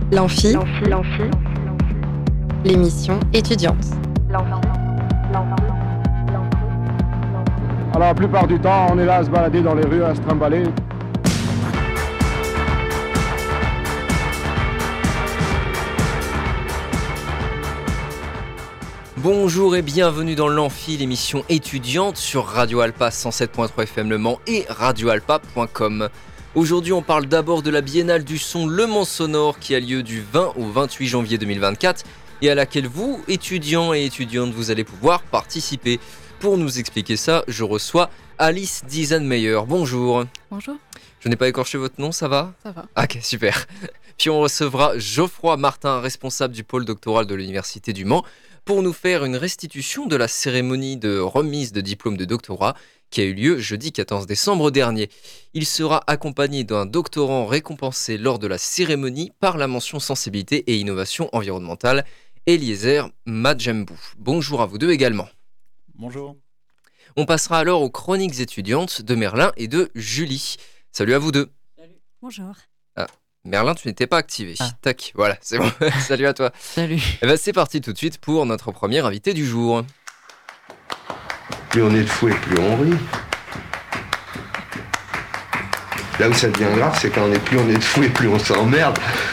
L'Amphi, l'émission étudiante. Alors la plupart du temps, on est là à se balader dans les rues, à se trimballer. Bonjour et bienvenue dans l'Amphi, l'émission étudiante sur Radio Alpa 107.3 FM Le Mans et radioalpa.com. Aujourd'hui, on parle d'abord de la Biennale du son Le Mans Sonore qui a lieu du 20 au 28 janvier 2024 et à laquelle vous, étudiants et étudiantes, vous allez pouvoir participer. Pour nous expliquer ça, je reçois Alice Diesenmeyer. Bonjour. Bonjour. Je n'ai pas écorché votre nom, ça va ? Ça va. Ok, super. Puis on recevra Geoffroy Martin, responsable du pôle doctoral de l'Université du Mans, pour nous faire une restitution de la cérémonie de remise de diplôme de doctorat qui a eu lieu jeudi 14 décembre dernier. Il sera accompagné d'un doctorant récompensé lors de la cérémonie par la mention sensibilité et innovation environnementale, Eliezer Madjembou. Bonjour à vous deux également. Bonjour. On passera alors aux chroniques étudiantes de Merlin et de Julie. Salut à vous deux. Salut. Bonjour. Merlin, tu n'étais pas activé. Ah. Tac, voilà, c'est bon. Salut à toi. Salut. Et ben c'est parti tout de suite pour notre premier invité du jour. Plus on est de fou et plus on rit. Là où ça devient grave, c'est quand plus on est de fou et plus on s'emmerde.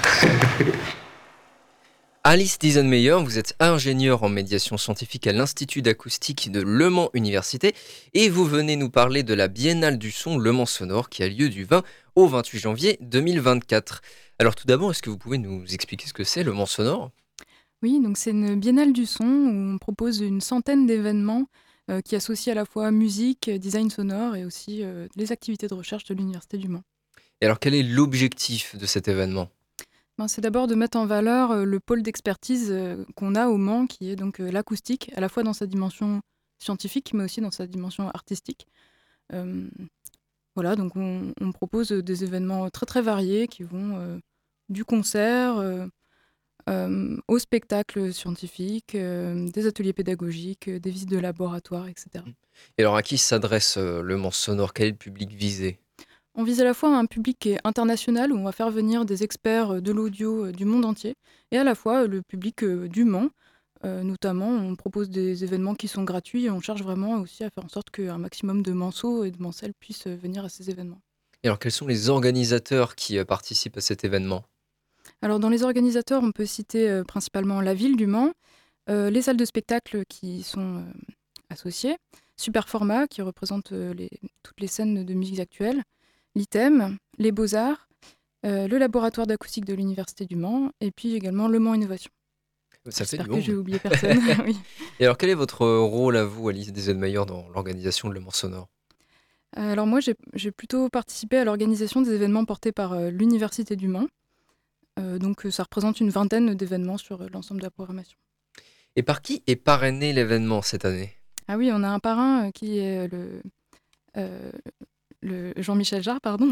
Alice Diesenmeyer, vous êtes ingénieure en médiation scientifique à l'Institut d'acoustique de Le Mans Université et vous venez nous parler de la Biennale du son Le Mans Sonore qui a lieu du 20 au 28 janvier 2024. Alors tout d'abord, est-ce que vous pouvez nous expliquer ce que c'est Le Mans Sonore ? Oui, donc c'est une biennale du son où on propose une centaine d'événements qui associent à la fois musique, design sonore et aussi les activités de recherche de l'Université du Mans. Et alors quel est l'objectif de cet événement ? C'est d'abord de mettre en valeur le pôle d'expertise qu'on a au Mans, qui est donc l'acoustique, à la fois dans sa dimension scientifique, mais aussi dans sa dimension artistique. Voilà, donc on propose des événements très très variés qui vont du concert au spectacle scientifique, des ateliers pédagogiques, des visites de laboratoire, etc. Et alors à qui s'adresse Le Mans Sonore ? Quel est le public visé ? On vise à la fois un public qui est international, où on va faire venir des experts de l'audio du monde entier, et à la fois le public du Mans. Notamment, on propose des événements qui sont gratuits et on cherche vraiment aussi à faire en sorte qu'un maximum de Manceaux et de Mancelles puissent venir à ces événements. Et alors quels sont les organisateurs qui participent à cet événement ? Alors dans les organisateurs, on peut citer principalement la ville du Mans, les salles de spectacle qui sont associées, Superformat qui représente toutes les scènes de musique actuelle, l'ITEM, les Beaux-Arts, le laboratoire d'acoustique de l'Université du Mans et puis également Le Mans Innovation. Ça fait J'espère du que monde. j'ai oublié personne. Oui. Et alors quel est votre rôle à vous, Alice Diesenmeyer, dans l'organisation de Le Mans Sonore ? Alors moi, j'ai plutôt participé à l'organisation des événements portés par l'Université du Mans. Donc ça représente une vingtaine d'événements sur l'ensemble de la programmation. Et par qui est parrainé l'événement cette année ? Ah oui, on a un parrain qui est le Jean-Michel Jarre, pardon.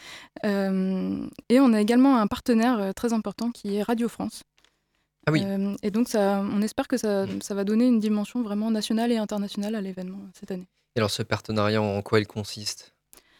Et on a également un partenaire très important qui est Radio France. Ah oui. Et donc on espère que ça va donner une dimension vraiment nationale et internationale à l'événement cette année. Et alors ce partenariat, en quoi il consiste ?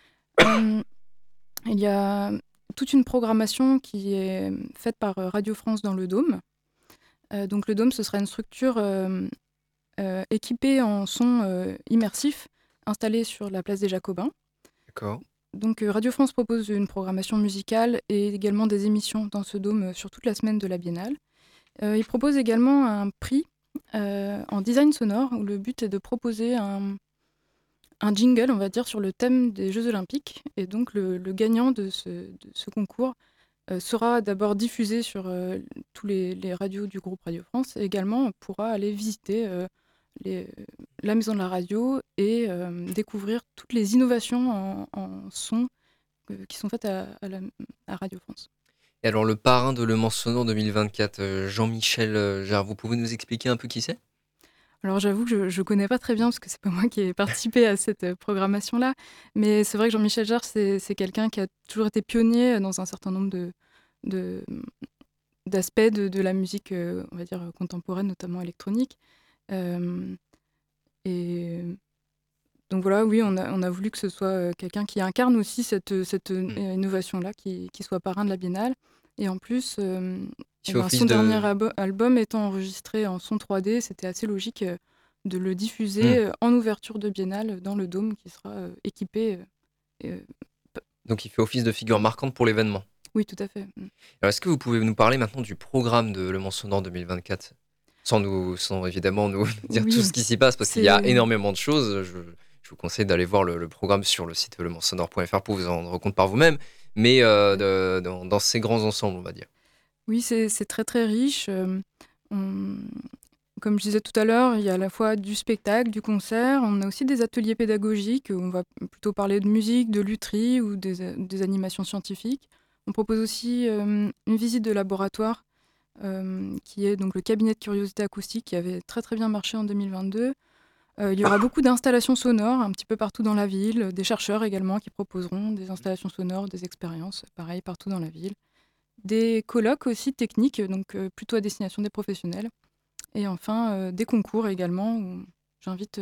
Il y a toute une programmation qui est faite par Radio France dans le Dôme. Donc le Dôme, ce sera une structure équipée en son immersif, installée sur la place des Jacobins. D'accord. Donc Radio France propose une programmation musicale et également des émissions dans ce Dôme sur toute la semaine de la Biennale. Il propose également un prix en design sonore où le but est de proposer un jingle, on va dire, sur le thème des Jeux Olympiques. Et donc le gagnant de ce concours sera d'abord diffusé sur tous les radios du groupe Radio France et également pourra aller visiter la maison de la radio et découvrir toutes les innovations en son qui sont faites à Radio France. Et alors le parrain de Le Mans Sonore 2024, Jean-Michel Jarre, vous pouvez nous expliquer un peu qui c'est ? Alors j'avoue que je ne connais pas très bien parce que c'est pas moi qui ai participé à cette programmation-là, mais c'est vrai que Jean-Michel Jarre, c'est quelqu'un qui a toujours été pionnier dans un certain nombre d'aspects de la musique, on va dire, contemporaine, notamment électronique. Et donc voilà, oui, on a voulu que ce soit quelqu'un qui incarne aussi cette innovation-là, qui soit parrain de la Biennale. Et en plus, Qui fait office son de... dernier album étant enregistré en son 3D, c'était assez logique de le diffuser en ouverture de biennale dans le Dôme qui sera équipé. euh, Donc il fait office de figure marquante pour l'événement. oui, tout à fait. Alors est-ce que vous pouvez nous parler maintenant du programme de Le Mans Sonore 2024 ? Sans évidemment nous dire Oui, tout ce qui s'y passe, parce qu'il y a c'est- énormément de choses. Je vous conseille d'aller voir le programme sur le site lemansonore.fr pour vous en rendre compte par vous-même, mais dans ces grands ensembles, on va dire. Oui, c'est très très riche. On- Comme je disais tout à l'heure, il y a à la fois du spectacle, du concert. On a aussi des ateliers pédagogiques où on va plutôt parler de musique, de lutherie ou des animations scientifiques. On propose aussi une visite de laboratoire qui est donc le cabinet de curiosité acoustique qui avait très très bien marché en 2022. Il y aura beaucoup d'installations sonores un petit peu partout dans la ville, des chercheurs également qui proposeront des installations sonores, des expériences, pareil, partout dans la ville. Des colloques aussi techniques, donc plutôt à destination des professionnels. Et enfin, des concours également, où j'invite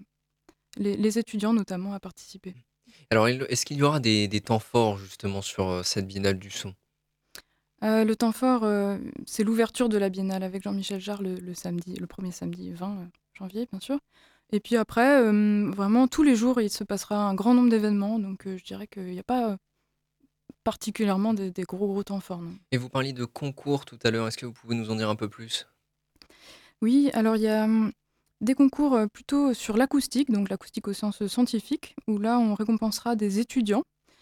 les étudiants notamment à participer. Alors est-ce qu'il y aura des temps forts justement sur cette biennale du son ? Le temps fort, c'est l'ouverture de la biennale avec Jean-Michel Jarre le samedi, le premier samedi 20 janvier, bien sûr. Et puis après, vraiment, tous les jours, il se passera un grand nombre d'événements. Donc, je dirais qu'il n'y a pas particulièrement des gros temps forts, non. Et vous parliez de concours tout à l'heure, est-ce que vous pouvez nous en dire un peu plus ? Oui, alors il y a des concours plutôt sur l'acoustique, donc l'acoustique au sens scientifique, où là, on récompensera des étudiants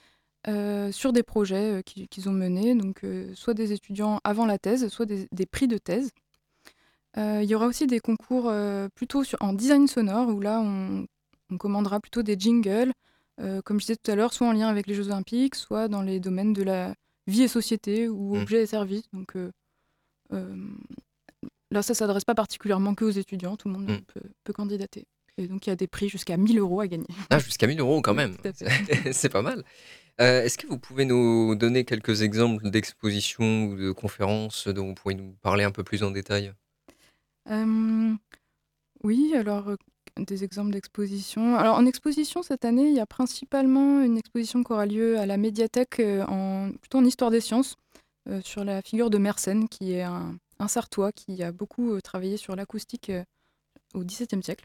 sur des projets qu'ils ont menés, donc soit des étudiants avant la thèse, soit des prix de thèse. Il y aura aussi des concours plutôt en design sonore, où là, on commandera plutôt des jingles, comme je disais tout à l'heure, soit en lien avec les Jeux Olympiques, soit dans les domaines de la vie et société ou objets et services. Donc là, ça ne s'adresse pas particulièrement qu'aux étudiants, tout le monde peut candidater. Et donc, il y a des prix jusqu'à 1 000 € à gagner. Ah, jusqu'à 1 000 € quand Oui, même, tout à fait. c'est pas mal. Est-ce que vous pouvez nous donner quelques exemples d'expositions ou de conférences dont vous pourriez nous parler un peu plus en détail ? Oui, alors des exemples d'expositions. Alors en exposition cette année, il y a principalement une exposition qui aura lieu à la médiathèque plutôt en histoire des sciences sur la figure de Mersenne, qui est un Sartois qui a beaucoup travaillé sur l'acoustique au XVIIe siècle.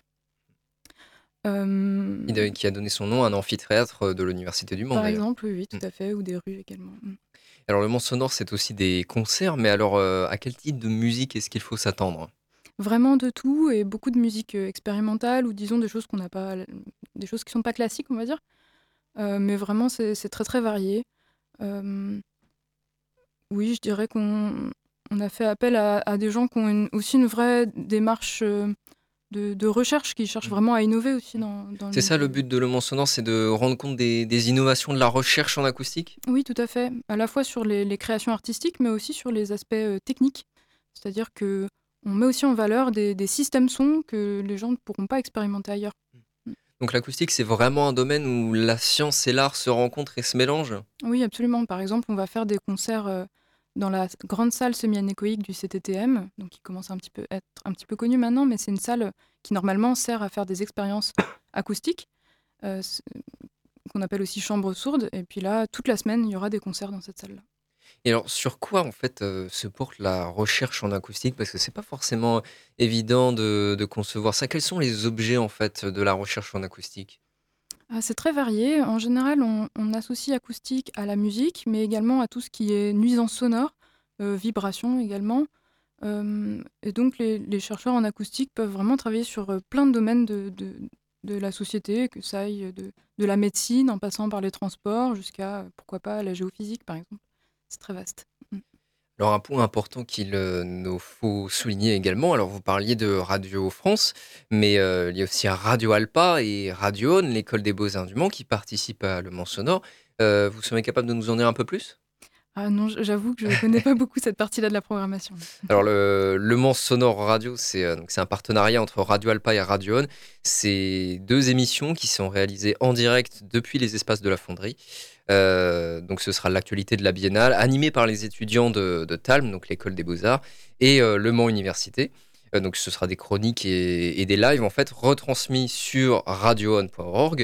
Qui a donné son nom à un amphithéâtre de l'Université du Mans, Par d'ailleurs. exemple, oui, tout à fait, ou des rues également. Alors, le Mans Sonore, c'est aussi des concerts, mais alors, à quel type de musique est-ce qu'il faut s'attendre ? Vraiment de tout et beaucoup de musique expérimentale ou disons des choses qu'on n'a pas, des choses qui sont pas classiques, on va dire. Mais vraiment, c'est très très varié. Euh, oui, je dirais qu'on a fait appel à des gens qui ont aussi une vraie démarche de recherche, qui cherchent vraiment à innover aussi dans C'est ça le milieu. but de Le Mans Sonore, c'est de rendre compte des innovations de la recherche en acoustique ? Oui, tout à fait. À la fois sur les créations artistiques, mais aussi sur les aspects techniques. C'est-à-dire que on met aussi en valeur des systèmes sons que les gens ne pourront pas expérimenter ailleurs. Donc l'acoustique, c'est vraiment un domaine où la science et l'art se rencontrent et se mélangent ? Oui, absolument. Par exemple, on va faire des concerts dans la grande salle semi-anéchoïque du CTTM, donc qui commence à être un petit peu connue maintenant, mais c'est une salle qui normalement sert à faire des expériences acoustiques, qu'on appelle aussi chambre sourde. Et puis là, toute la semaine, il y aura des concerts dans cette salle-là. Et alors, sur quoi en fait se porte la recherche en acoustique ? Parce que c'est pas forcément évident de concevoir ça. Quels sont les objets en fait de la recherche en acoustique ? C'est très varié. En général, on associe acoustique à la musique, mais également à tout ce qui est nuisance sonore, vibration également. Et donc, les chercheurs en acoustique peuvent vraiment travailler sur plein de domaines de la société, que ça aille de la médecine en passant par les transports jusqu'à, pourquoi pas, la géophysique, par exemple. C'est très vaste. Alors un point important qu'il nous faut souligner également, alors vous parliez de Radio France, mais il y a aussi Radio Alpa et Radio On, l'école des beaux-arts du Mans, qui participent à Le Mans Sonore. Vous serez capable de nous en dire un peu plus ? Ah non, j'avoue que je ne connais pas beaucoup cette partie-là de la programmation. Alors le Mans Sonore Radio, c'est un partenariat entre Radio Alpa et Radio On. C'est 2 émissions qui sont réalisées en direct depuis les espaces de la Fonderie. Donc ce sera l'actualité de la Biennale, animée par les étudiants de Talm, donc l'école des beaux-arts, et Le Mans Université. Donc ce sera des chroniques et des lives en fait retransmis sur radioon.org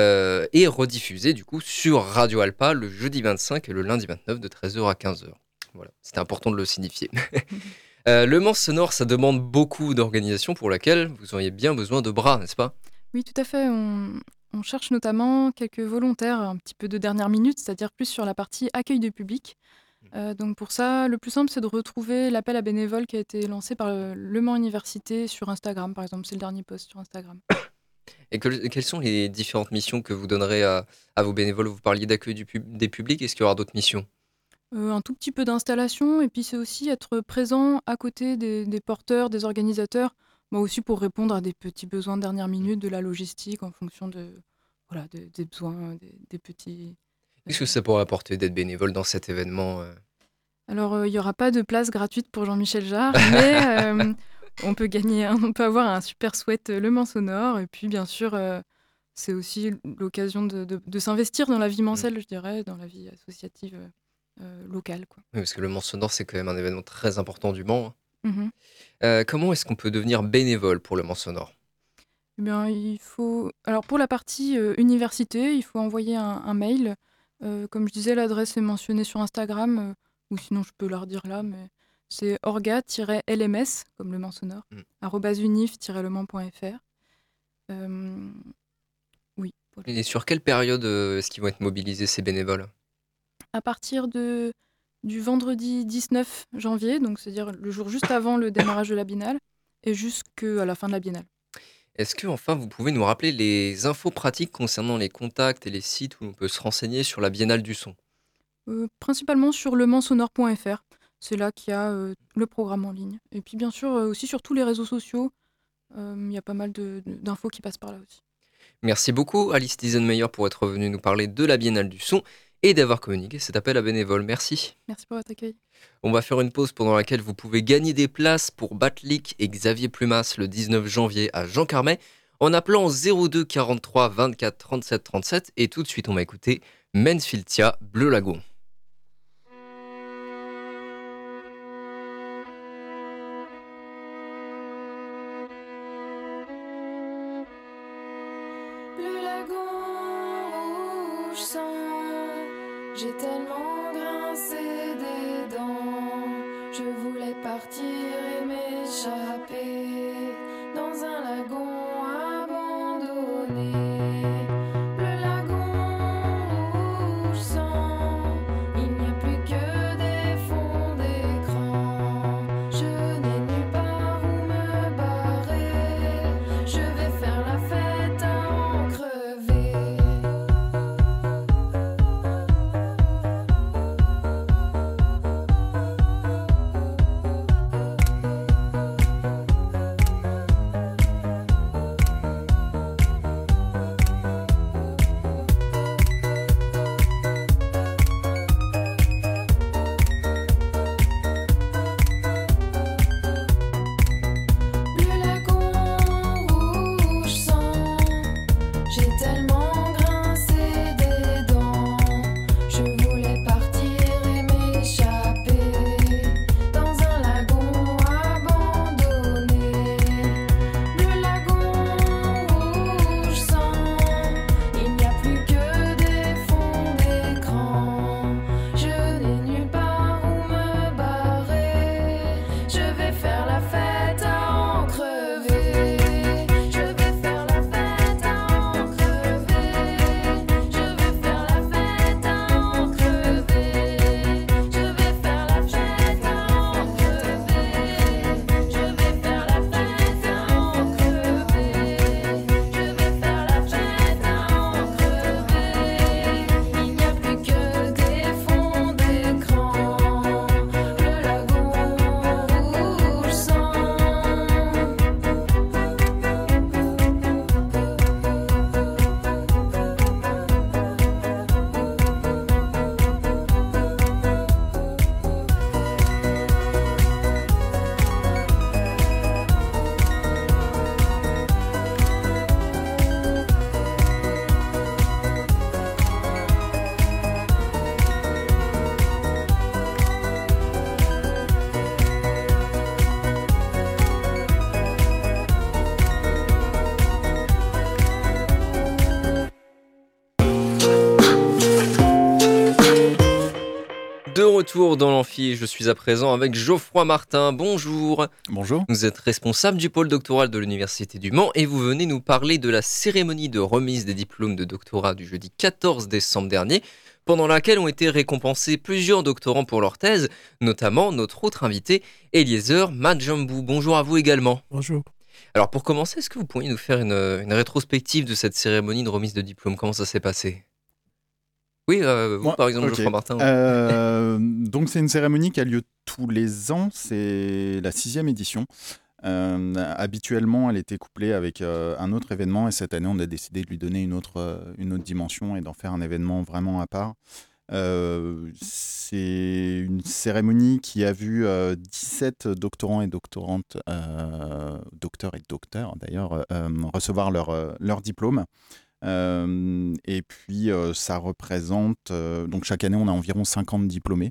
et rediffusés du coup sur Radio Alpa le jeudi 25 et le lundi 29 de 13h à 15h. Voilà, c'était important de le signifier. Le Mans sonore, ça demande beaucoup d'organisation pour laquelle vous auriez bien besoin de bras, n'est-ce pas? Oui, tout à fait. On cherche notamment quelques volontaires un petit peu de dernière minute, c'est-à-dire plus sur la partie accueil du public. Donc pour ça, le plus simple, c'est de retrouver l'appel à bénévoles qui a été lancé par Le Mans Université sur Instagram, par exemple. C'est le dernier post sur Instagram. Et quelles sont les différentes missions que vous donnerez à vos bénévoles? Vous parliez d'accueil des publics, est-ce qu'il y aura d'autres missions? Un tout petit peu d'installation et puis c'est aussi être présent à côté des porteurs, des organisateurs, aussi pour répondre à des petits besoins de dernière minute, de la logistique en fonction voilà, des besoins, des petits... Qu'est-ce que ça pourrait apporter d'être bénévole dans cet événement? Alors, il n'y aura pas de place gratuite pour Jean-Michel Jarre, mais on peut avoir un super sweat Le Mans sonore et puis bien sûr, c'est aussi l'occasion de s'investir dans la vie mancelle, je dirais, dans la vie associative locale, quoi. Oui, parce que le Mans sonore, c'est quand même un événement très important du Mans, hein. Mmh. Comment est-ce qu'on peut devenir bénévole pour le Mans sonore? Eh bien, alors pour la partie, université, il faut envoyer un mail. Comme je disais, l'adresse est mentionnée sur Instagram, ou sinon je peux la redire là, mais c'est orga-lms, comme le Mans sonore, @unif-lemans.fr. Oui, voilà. Et sur quelle période est-ce qu'ils vont être mobilisés, ces bénévoles? À partir du vendredi 19 janvier, donc c'est-à-dire le jour juste avant le démarrage de la biennale et jusqu'à la fin de la biennale. Est-ce que enfin vous pouvez nous rappeler les infos pratiques concernant les contacts et les sites où l'on peut se renseigner sur la Biennale du son? Principalement sur lemansonore.fr. C'est là qu'il y a, le programme en ligne et puis bien sûr, aussi sur tous les réseaux sociaux, il y a pas mal d'infos qui passent par là aussi. Merci beaucoup Alice Diesenmeyer pour être venue nous parler de la Biennale du son et d'avoir communiqué cet appel à bénévoles. Merci. Merci pour votre accueil. On va faire une pause pendant laquelle vous pouvez gagner des places pour Batlik et Xavier Plumas le 19 janvier à Jean Carmet en appelant au 02 43 24 37 37 et tout de suite on va écouter Mansfieldia Bleu Lagon. Bleu lagon, rouge sang, j'ai tellement grincé des dents. Je voulais partir et m'échapper dans un lagon abandonné. Le lagon rouge sang, il n'y a plus que des fonds d'écran. Je n'ai nulle part où me barrer. Je vais faire la fête à en crever. De retour dans l'amphi, je suis à présent avec Geoffroy Martin. Bonjour. Bonjour. Vous êtes responsable du pôle doctoral de l'Université du Mans et vous venez nous parler de la cérémonie de remise des diplômes de doctorat du jeudi 14 décembre dernier, pendant laquelle ont été récompensés plusieurs doctorants pour leur thèse, notamment notre autre invité, Eliezer Madjambou. Bonjour à vous également. Bonjour. Alors pour commencer, est-ce que vous pourriez nous faire une rétrospective de cette cérémonie de remise de diplôme? Comment ça s'est passé? Oui, vous Moi, par exemple, ok. Geoffroy Martin. Donc c'est une cérémonie qui a lieu tous les ans, c'est la 6e édition. Habituellement, elle était couplée avec un autre événement et cette année, on a décidé de lui donner une autre dimension et d'en faire un événement vraiment à part. C'est une cérémonie qui a vu 17 doctorants et doctorantes, docteurs et docteurs d'ailleurs, recevoir leur diplôme. Et puis, ça représente... donc, chaque année, on a environ 50 diplômés,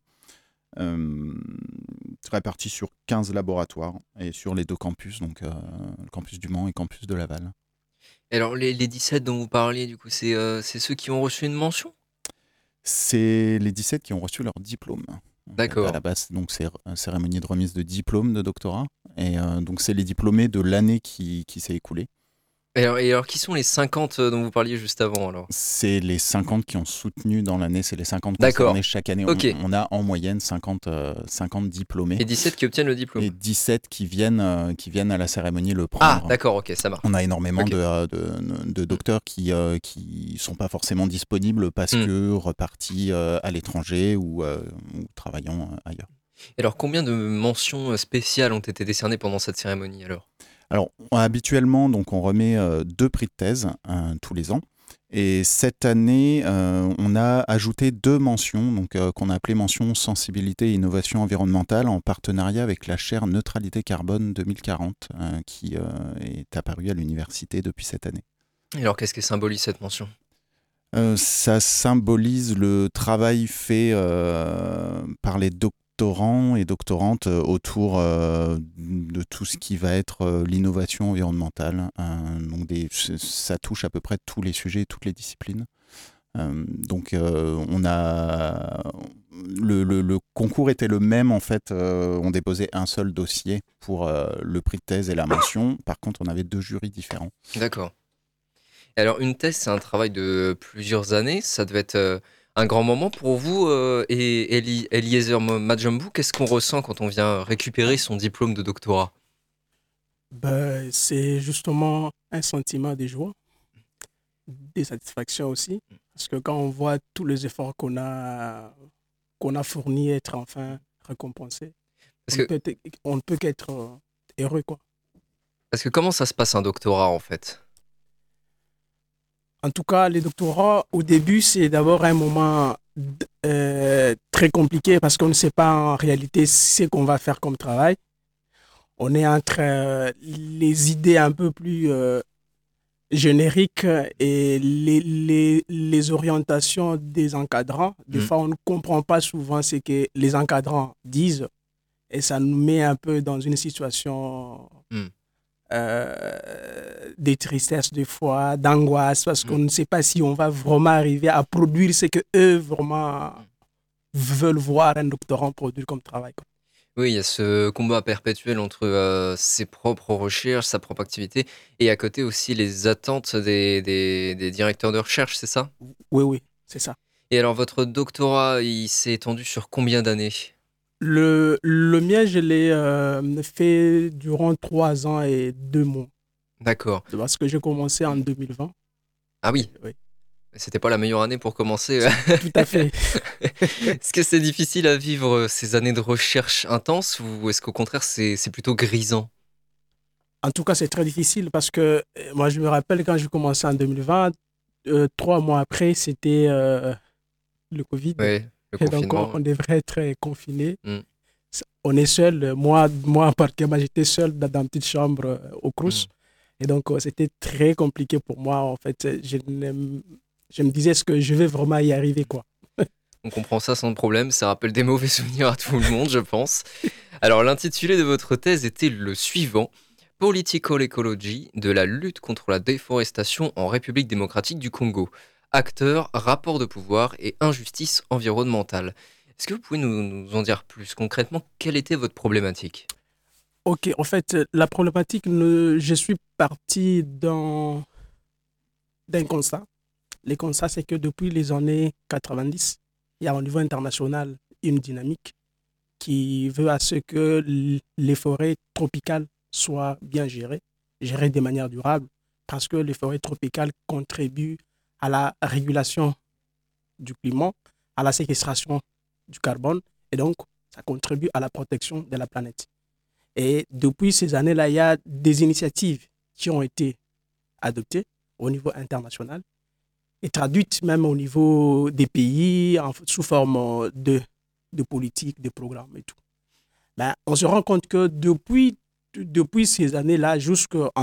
répartis sur 15 laboratoires et sur les deux campus, donc le campus du Mans et le campus de Laval. Et alors les 17 dont vous parliez, du coup, c'est ceux qui ont reçu une mention? C'est les 17 qui ont reçu leur diplôme. D'accord. À la base, donc, c'est une cérémonie de remise de diplôme de doctorat. Et donc, c'est les diplômés de l'année qui s'est écoulée. Et alors, qui sont les 50 dont vous parliez juste avant alors? C'est les 50 qui ont soutenu dans l'année, c'est les 50 D'accord. concernés chaque année. Ok. On a en moyenne 50 diplômés. Et 17 qui obtiennent le diplôme. Et 17 qui viennent à la cérémonie le Ah, prendre. d'accord, ok, ça marche. On a énormément Ok. de docteurs qui sont pas forcément disponibles parce que repartis à l'étranger ou travaillant ailleurs. Et alors, combien de mentions spéciales ont été décernées pendant cette cérémonie alors? Alors, habituellement, donc, on remet 2 prix de thèse tous les ans. Et cette année, on a ajouté 2 mentions, donc, qu'on a appelées mentions sensibilité et innovation environnementale, en partenariat avec la chaire Neutralité Carbone 2040, qui est apparue à l'université depuis cette année. Et alors, qu'est-ce que symbolise cette mention? Ça symbolise le travail fait par les doctorants et doctorantes autour de tout ce qui va être l'innovation environnementale. Donc ça touche à peu près tous les sujets, toutes les disciplines. Donc on a le concours était le même en fait. On déposait un seul dossier pour le prix de thèse et la mention. Par contre, on avait 2 jurys différents. D'accord. Et alors, une thèse, c'est un travail de plusieurs années. Ça devait être un grand moment pour vous et Eliezer Madjambou. Qu'est-ce qu'on ressent quand on vient récupérer son diplôme de doctorat? C'est justement un sentiment de joie, de satisfaction aussi, parce que quand on voit tous les efforts qu'on a fournis être enfin récompensés, Parce que, on ne peut qu'être heureux, quoi. parce que comment ça se passe un doctorat en fait? En tout cas, les doctorats, au début, c'est d'abord un moment très compliqué parce qu'on ne sait pas en réalité ce qu'on va faire comme travail. On est entre les idées un peu plus génériques et les orientations des encadrants. Des fois, on ne comprend pas souvent ce que les encadrants disent et ça nous met un peu dans une situation... des tristesses des fois, d'angoisse, parce qu'on ne sait pas si on va vraiment arriver à produire ce que eux vraiment veulent voir un doctorant produire comme travail, quoi. Oui, il y a ce combat perpétuel entre ses propres recherches, sa propre activité, et à côté aussi les attentes des directeurs de recherche, c'est ça? Oui, c'est ça. Et alors, votre doctorat, il s'est étendu sur combien d'années? Le mien, je l'ai fait durant 3 ans et 2 mois. D'accord. Parce que j'ai commencé en 2020. Ah oui. Oui. C'était pas la meilleure année pour commencer. Tout à fait. Est-ce que c'est difficile à vivre ces années de recherche intenses ou est-ce qu'au contraire c'est plutôt grisant? En tout cas, c'est très difficile parce que moi, je me rappelle quand j'ai commencé en 2020, 3 mois après, c'était le Covid. Oui, le Et donc, confinement. on devrait être confiné. Mm. On est seul. Moi en particulier, j'étais seul dans une petite chambre au Crous. Et donc, c'était très compliqué pour moi. En fait, je me disais, est-ce que je vais vraiment y arriver, quoi? On comprend ça sans problème, ça rappelle des mauvais souvenirs à tout le monde, je pense. Alors, l'intitulé de votre thèse était le suivant: Political Ecology, de la lutte contre la déforestation en République démocratique du Congo. Acteurs, rapports de pouvoir et injustice environnementale. Est-ce que vous pouvez nous en dire plus concrètement? Quelle était votre problématique? Ok, en fait, la problématique, je suis parti d'un constat. Le constat, c'est que depuis les années 90, il y a au niveau international une dynamique qui veut à ce que les forêts tropicales soient bien gérées de manière durable, parce que les forêts tropicales contribuent à la régulation du climat, à la séquestration du carbone, et donc ça contribue à la protection de la planète. Et depuis ces années-là, il y a des initiatives qui ont été adoptées au niveau international et traduites même au niveau des pays sous forme de politiques, de programmes et tout. Ben, on se rend compte que depuis ces années-là jusqu'en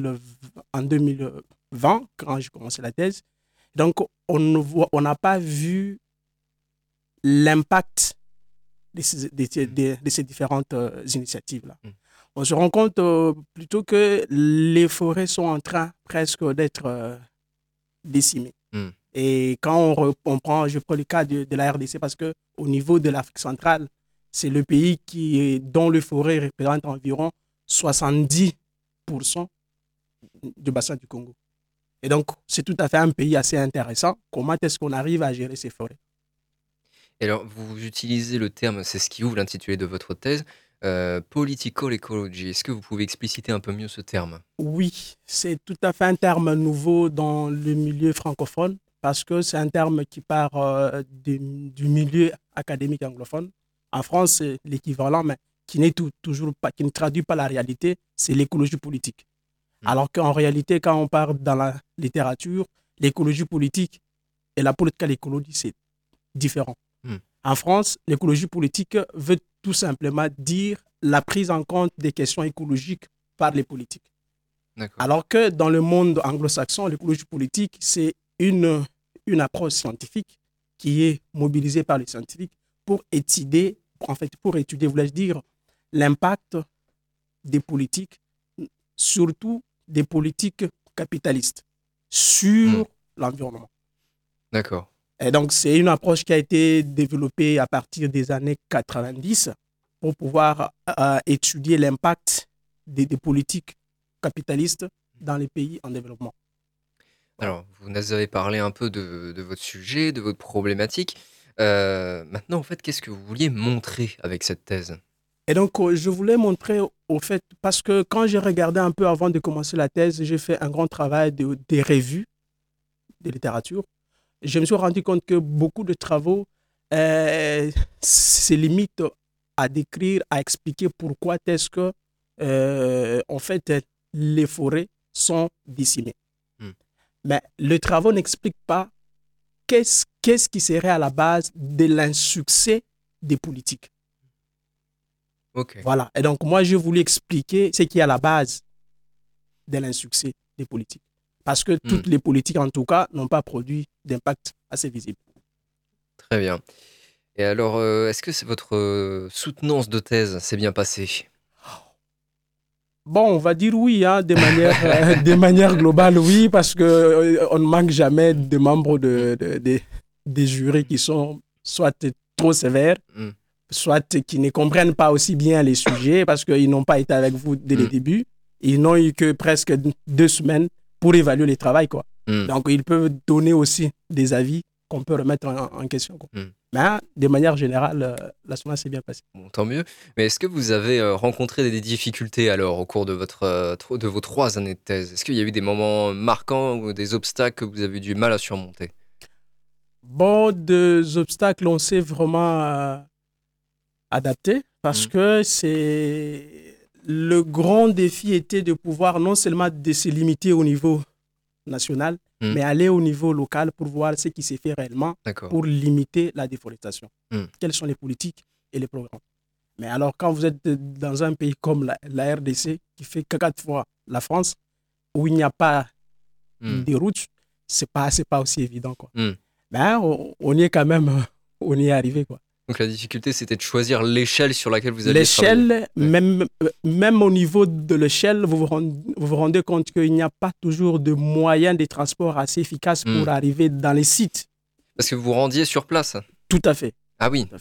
2020, quand j'ai commencé la thèse, donc on n'a pas vu l'impact de ces différentes initiatives-là. On se rend compte plutôt que les forêts sont en train presque d'être décimées. Et quand je prends le cas de la RDC, parce qu'au niveau de l'Afrique centrale, c'est le pays dont les forêts représentent environ 70% du bassin du Congo. Et donc, c'est tout à fait un pays assez intéressant. Comment est-ce qu'on arrive à gérer ces forêts? Et alors, vous utilisez le terme, c'est ce qui ouvre l'intitulé de votre thèse, political ecology. Est-ce que vous pouvez expliciter un peu mieux ce terme? Oui, c'est tout à fait un terme nouveau dans le milieu francophone, parce que c'est un terme qui part du milieu académique anglophone. En France, c'est l'équivalent, mais qui toujours pas, qui ne traduit pas la réalité, c'est l'écologie politique. Alors qu'en réalité, quand on parle dans la littérature, l'écologie politique et la political ecology, c'est différent. En France, l'écologie politique veut tout simplement dire la prise en compte des questions écologiques par les politiques. Alors que dans le monde anglo-saxon, l'écologie politique, c'est une approche scientifique qui est mobilisée par les scientifiques pour étudier, voulais-je dire, l'impact des politiques, surtout des politiques capitalistes, sur l'environnement. D'accord. Et donc, c'est une approche qui a été développée à partir des années 90 pour pouvoir étudier l'impact des politiques capitalistes dans les pays en développement. Alors, vous nous avez parlé un peu de votre sujet, de votre problématique. Maintenant, en fait, qu'est-ce que vous vouliez montrer avec cette thèse? Et donc, je voulais montrer, au fait, parce que quand j'ai regardé un peu avant de commencer la thèse, j'ai fait un grand travail des revues de littérature. Je me suis rendu compte que beaucoup de travaux se limitent à décrire, à expliquer pourquoi est-ce que, en fait, les forêts sont décimées. Mais les travaux n'expliquent pas qu'est-ce qui serait à la base de l'insuccès des politiques. Voilà. Et donc, moi, je voulais expliquer ce qui est à la base de l'insuccès des politiques. Parce que toutes les politiques, en tout cas, n'ont pas produit d'impact assez visible. Très bien. Et alors, est-ce que votre soutenance de thèse s'est bien passée? Bon, on va dire oui, hein, de manière globale, oui, parce qu'on ne manque jamais de membres des jurys qui sont soit trop sévères, soit qui ne comprennent pas aussi bien les sujets, parce qu'ils n'ont pas été avec vous dès le début. Ils n'ont eu que presque 2 semaines pour évaluer le travail, quoi. Donc, ils peuvent donner aussi des avis qu'on peut remettre en question, quoi. Mais de manière générale, la soutenance s'est bien passée. Bon, tant mieux. Mais est-ce que vous avez rencontré des difficultés alors au cours de vos 3 années de thèse? Est-ce qu'il y a eu des moments marquants ou des obstacles que vous avez eu du mal à surmonter? Bon, des obstacles, on s'est vraiment adapté parce que le grand défi était de pouvoir non seulement de se limiter au niveau national, mais aller au niveau local pour voir ce qui s'est fait réellement pour limiter la déforestation. Quelles sont les politiques et les programmes. Mais alors, quand vous êtes dans un pays comme la RDC, qui fait 4 fois la France, où il n'y a pas de routes, c'est pas aussi évident, quoi. Ben, on y est quand même, on y est arrivé, quoi. Donc la difficulté, c'était de choisir l'échelle sur laquelle vous alliez travailler. L'échelle, même au niveau de l'échelle, vous vous rendez compte qu'il n'y a pas toujours de moyens de transport assez efficaces pour arriver dans les sites. Parce que vous vous rendiez sur place? Tout à fait. Ah oui. Tout à fait.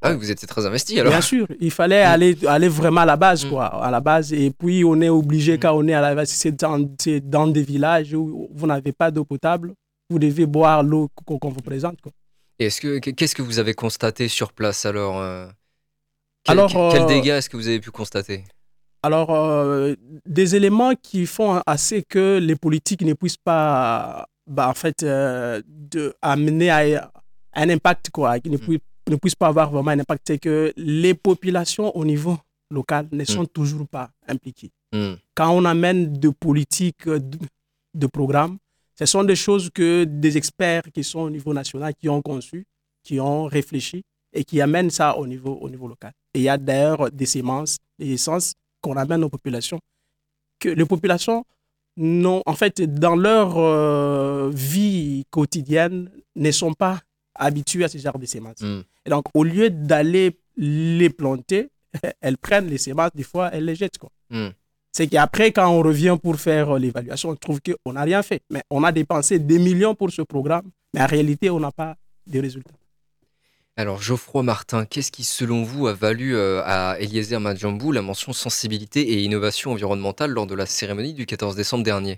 Ah oui, vous étiez très investi alors. Bien sûr, il fallait aller vraiment à la base, quoi, à la base. Et puis, on est obligé, quand on est à la base, si c'est dans des villages où vous n'avez pas d'eau potable, vous devez boire l'eau qu'on vous présente, quoi. Et qu'est-ce que vous avez constaté sur place alors Alors, quels dégâts est-ce que vous avez pu constater? Alors, des éléments qui font assez que les politiques ne puissent pas, en fait, amener à un impact, quoi, qui ne puissent pas avoir vraiment un impact, c'est que les populations au niveau local ne sont toujours pas impliquées. Quand on amène de politiques, de programmes, ce sont des choses que des experts qui sont au niveau national, qui ont conçu, qui ont réfléchi et qui amènent ça au niveau local. Et il y a d'ailleurs des semences, des essences qu'on amène aux populations, que les populations, en fait, dans leur vie quotidienne, ne sont pas habituées à ce genre de semences. Et donc, au lieu d'aller les planter, elles prennent les semences, des fois, elles les jettent, quoi. C'est qu'après, quand on revient pour faire l'évaluation, on trouve qu'on n'a rien fait. Mais on a dépensé des millions pour ce programme, mais en réalité, on n'a pas de résultats. Alors, Geoffroy Martin, qu'est-ce qui, selon vous, a valu à Eliezer Madjambou la mention sensibilité et innovation environnementale lors de la cérémonie du 14 décembre dernier?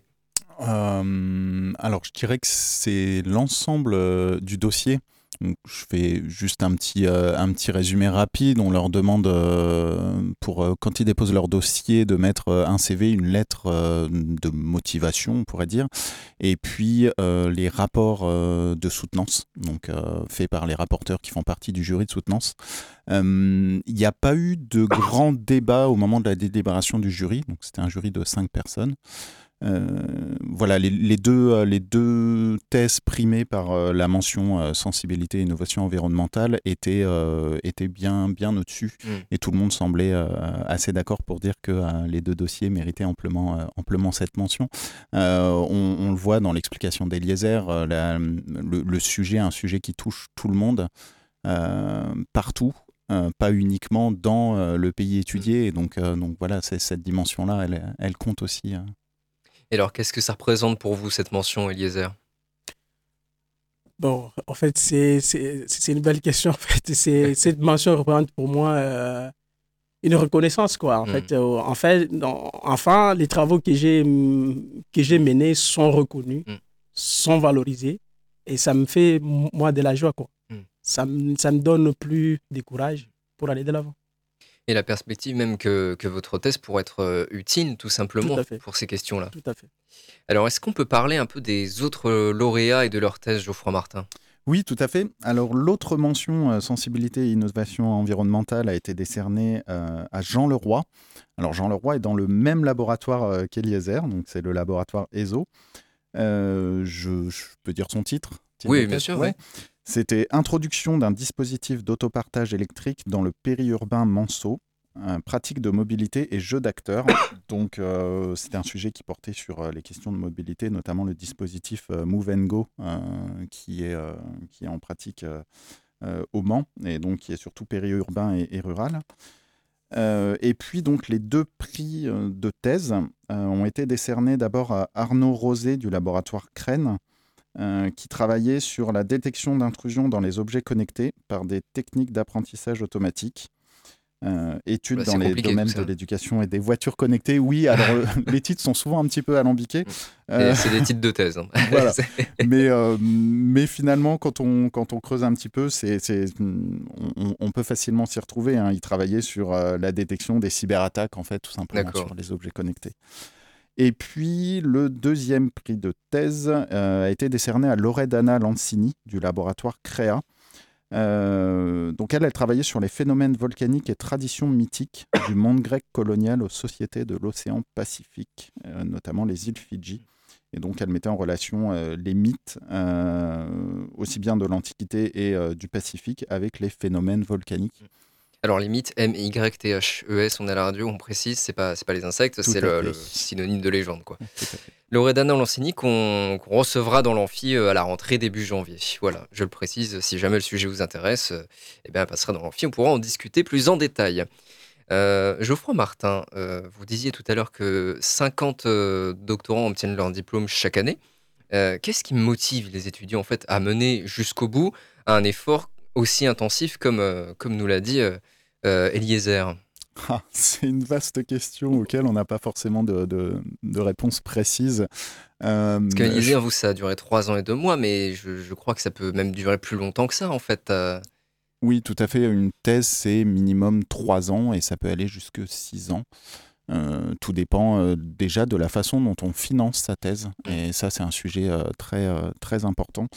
Alors, je dirais que c'est l'ensemble du dossier. Donc, je fais juste un petit résumé rapide. On leur demande, quand ils déposent leur dossier, de mettre un CV, une lettre de motivation, on pourrait dire, et puis les rapports de soutenance, donc faits par les rapporteurs qui font partie du jury de soutenance. Il n'y a pas eu de grand débat au moment de la délibération du jury, donc c'était un jury de 5 personnes. Voilà, les deux thèses primées par la mention sensibilité et innovation environnementale étaient bien au-dessus, et tout le monde semblait assez d'accord pour dire que les deux dossiers méritaient amplement cette mention. On le voit dans l'explication d'Eliezer, le sujet, un sujet qui touche tout le monde, partout. Pas uniquement dans le pays étudié, et donc voilà, cette dimension-là, elle compte aussi. Et alors, qu'est-ce que ça représente pour vous, cette mention, Eliezer? Bon, en fait, c'est une belle question. En fait, cette mention représente pour moi une reconnaissance, quoi. Enfin, les travaux que j'ai menés sont reconnus, sont valorisés, et ça me fait, moi, de la joie, quoi. Ça me donne plus de courage pour aller de l'avant. Et la perspective même que votre thèse pourrait être utile, tout simplement, pour ces questions-là. Tout à fait. Alors, est-ce qu'on peut parler un peu des autres lauréats et de leur thèse, Geoffroy Martin? Oui, tout à fait. Alors, l'autre mention sensibilité et innovation environnementale a été décernée à Jean Leroy. Alors, Jean Leroy est dans le même laboratoire qu'Eliezer, donc c'est le laboratoire ESO. Je peux dire son titre? Oui, bien sûr. Ouais. C'était introduction d'un dispositif d'autopartage électrique dans le périurbain manceau, pratique de mobilité et jeu d'acteurs. Donc, c'était un sujet qui portait sur les questions de mobilité, notamment le dispositif Move & Go, qui est en pratique au Mans, et donc qui est surtout périurbain et rural. Et puis, donc, les deux prix de thèse ont été décernés d'abord à Arnaud Rosé du laboratoire Crène, qui travaillait sur la détection d'intrusions dans les objets connectés par des techniques d'apprentissage automatique. Études dans les domaines de l'éducation et des voitures connectées. Oui, alors les titres sont souvent un petit peu alambiqués. C'est des titres de thèse. Hein. Voilà. Mais finalement, quand on creuse un petit peu, on peut facilement s'y retrouver. Hein. Il travaillait sur la détection des cyberattaques, en fait, tout simplement, sur les objets connectés. Et puis, le deuxième prix de thèse a été décerné à Loredana Lancini du laboratoire CREA. Donc elle travaillait sur les phénomènes volcaniques et traditions mythiques du monde grec colonial aux sociétés de l'océan Pacifique, notamment les îles Fidji. Et donc elle mettait en relation les mythes, aussi bien de l'Antiquité et du Pacifique, avec les phénomènes volcaniques. Alors les mythes, M-Y-T-H-E-S, on est à la radio, on précise, c'est pas les insectes, c'est le synonyme de légende, quoi. Loredana Lancini qu'on recevra dans l'amphi à la rentrée début janvier. Voilà, je le précise, si jamais le sujet vous intéresse, elle passera dans l'amphi, on pourra en discuter plus en détail. Geoffroy Martin, vous disiez tout à l'heure que 50 doctorants obtiennent leur diplôme chaque année. Qu'est-ce qui motive les étudiants en fait, à mener jusqu'au bout un effort aussi intensif comme nous l'a dit Eliezer? C'est une vaste question auquel on n'a pas forcément de réponse précise. Parce qu'Eliezer, vous, ça a duré 3 ans et 2 mois, mais je crois que ça peut même durer plus longtemps que ça, en fait. Oui, tout à fait. Une thèse, c'est minimum 3 ans et ça peut aller jusque 6 ans. Tout dépend déjà de la façon dont on finance sa thèse. Et ça, c'est un sujet très important.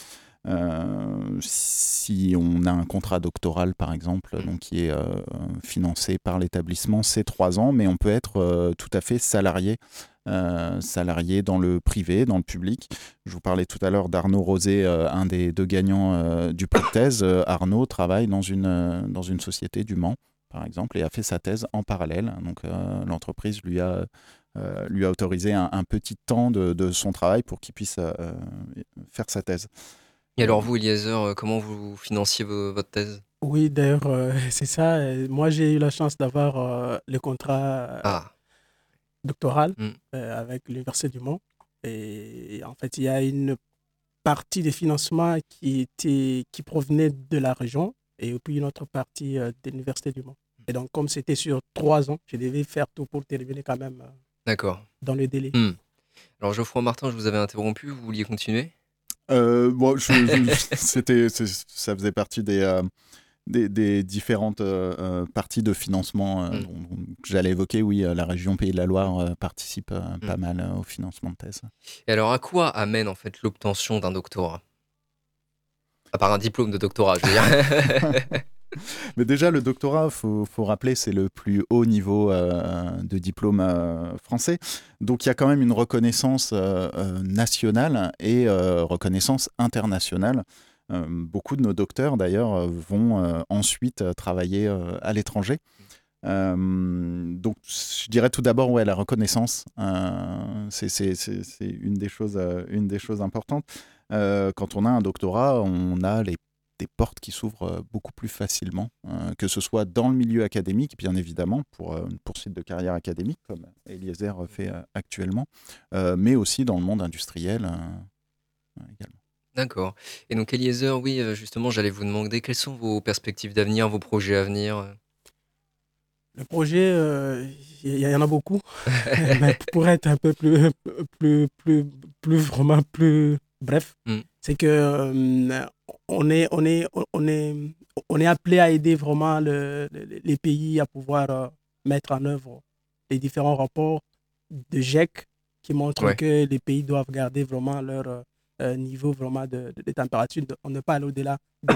Si on a un contrat doctoral, par exemple, donc qui est financé par l'établissement, c'est 3 ans, mais on peut être tout à fait salarié dans le privé, dans le public. Je vous parlais tout à l'heure d'Arnaud Rosé, un des 2 gagnants du prix de thèse. Arnaud travaille dans une société du Mans, par exemple, et a fait sa thèse en parallèle. Donc l'entreprise lui a autorisé un petit temps de son travail pour qu'il puisse faire sa thèse. Et alors vous, Eliezer, comment vous financiez votre thèse? Oui, d'ailleurs, c'est ça. Moi, j'ai eu la chance d'avoir le contrat doctoral avec l'Université du Mans. Et en fait, il y a une partie des financements qui provenait de la région et puis une autre partie de l'Université du Mans. Et donc, comme c'était sur 3 ans, je devais faire tout pour terminer quand même D'accord. dans le délai. Alors Geoffroy Martin, je vous avais interrompu, vous vouliez continuer? Bon, ça faisait partie des différentes parties de financement dont j'allais évoquer. Oui, la région Pays de la Loire participe pas mal au financement de thèse. Et alors, à quoi amène en fait l'obtention d'un doctorat? À part un diplôme de doctorat, je veux dire. Mais déjà, le doctorat, faut rappeler, c'est le plus haut niveau de diplôme français. Donc, il y a quand même une reconnaissance nationale et reconnaissance internationale. Beaucoup de nos docteurs, d'ailleurs, vont ensuite travailler à l'étranger. Donc, je dirais tout d'abord, la reconnaissance, c'est une des choses importantes. Quand on a un doctorat, on a des portes qui s'ouvrent beaucoup plus facilement, que ce soit dans le milieu académique, bien évidemment, pour une poursuite de carrière académique, comme Eliezer fait actuellement, mais aussi dans le monde industriel également. D'accord. Et donc Eliezer, oui, justement, j'allais vous demander quelles sont vos perspectives d'avenir, vos projets à venir? Le projet, il y en a beaucoup, mais pour être un peu vraiment plus bref, c'est que on est appelé à aider vraiment les pays à pouvoir mettre en œuvre les différents rapports de GIEC qui montrent que les pays doivent garder vraiment leur niveau vraiment de température, on ne pas aller au-delà de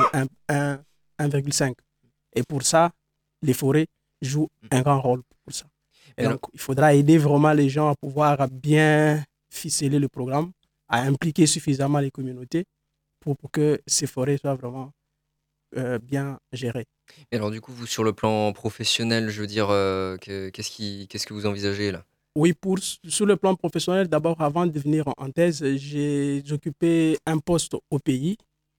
1,5. Et pour ça, les forêts jouent un grand rôle pour ça. Et donc, il faudra aider vraiment les gens à pouvoir bien ficeler le programme, à impliquer suffisamment les communautés pour que ces forêts soient vraiment bien gérées. Et alors du coup, vous, sur le plan professionnel, je veux dire, qu'est-ce que vous envisagez là? Oui, sur le plan professionnel, d'abord, avant de venir en thèse, j'ai occupé un poste au pays,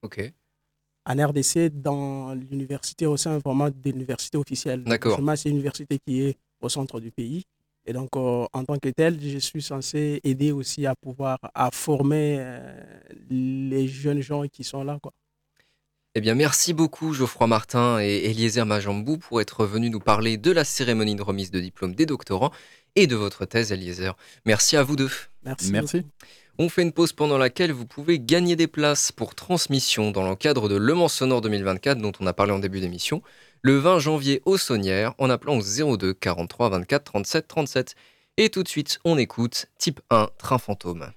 en RDC, dans l'université, au sein vraiment de l'université officielle. D'accord. C'est une université qui est au centre du pays. Et donc, en tant que tel, je suis censé aider aussi à former les jeunes gens qui sont là, quoi. Eh bien, merci beaucoup Geoffroy Martin et Eliezer Majambou pour être venus nous parler de la cérémonie de remise de diplôme des doctorants et de votre thèse, Eliezer. Merci à vous deux. Merci. On fait une pause pendant laquelle vous pouvez gagner des places pour transmission dans le cadre de Le Mans Sonore 2024 dont on a parlé en début d'émission, le 20 janvier au Saunières en appelant au 02 43 24 37 37. Et tout de suite, on écoute Type 1 Train Fantôme.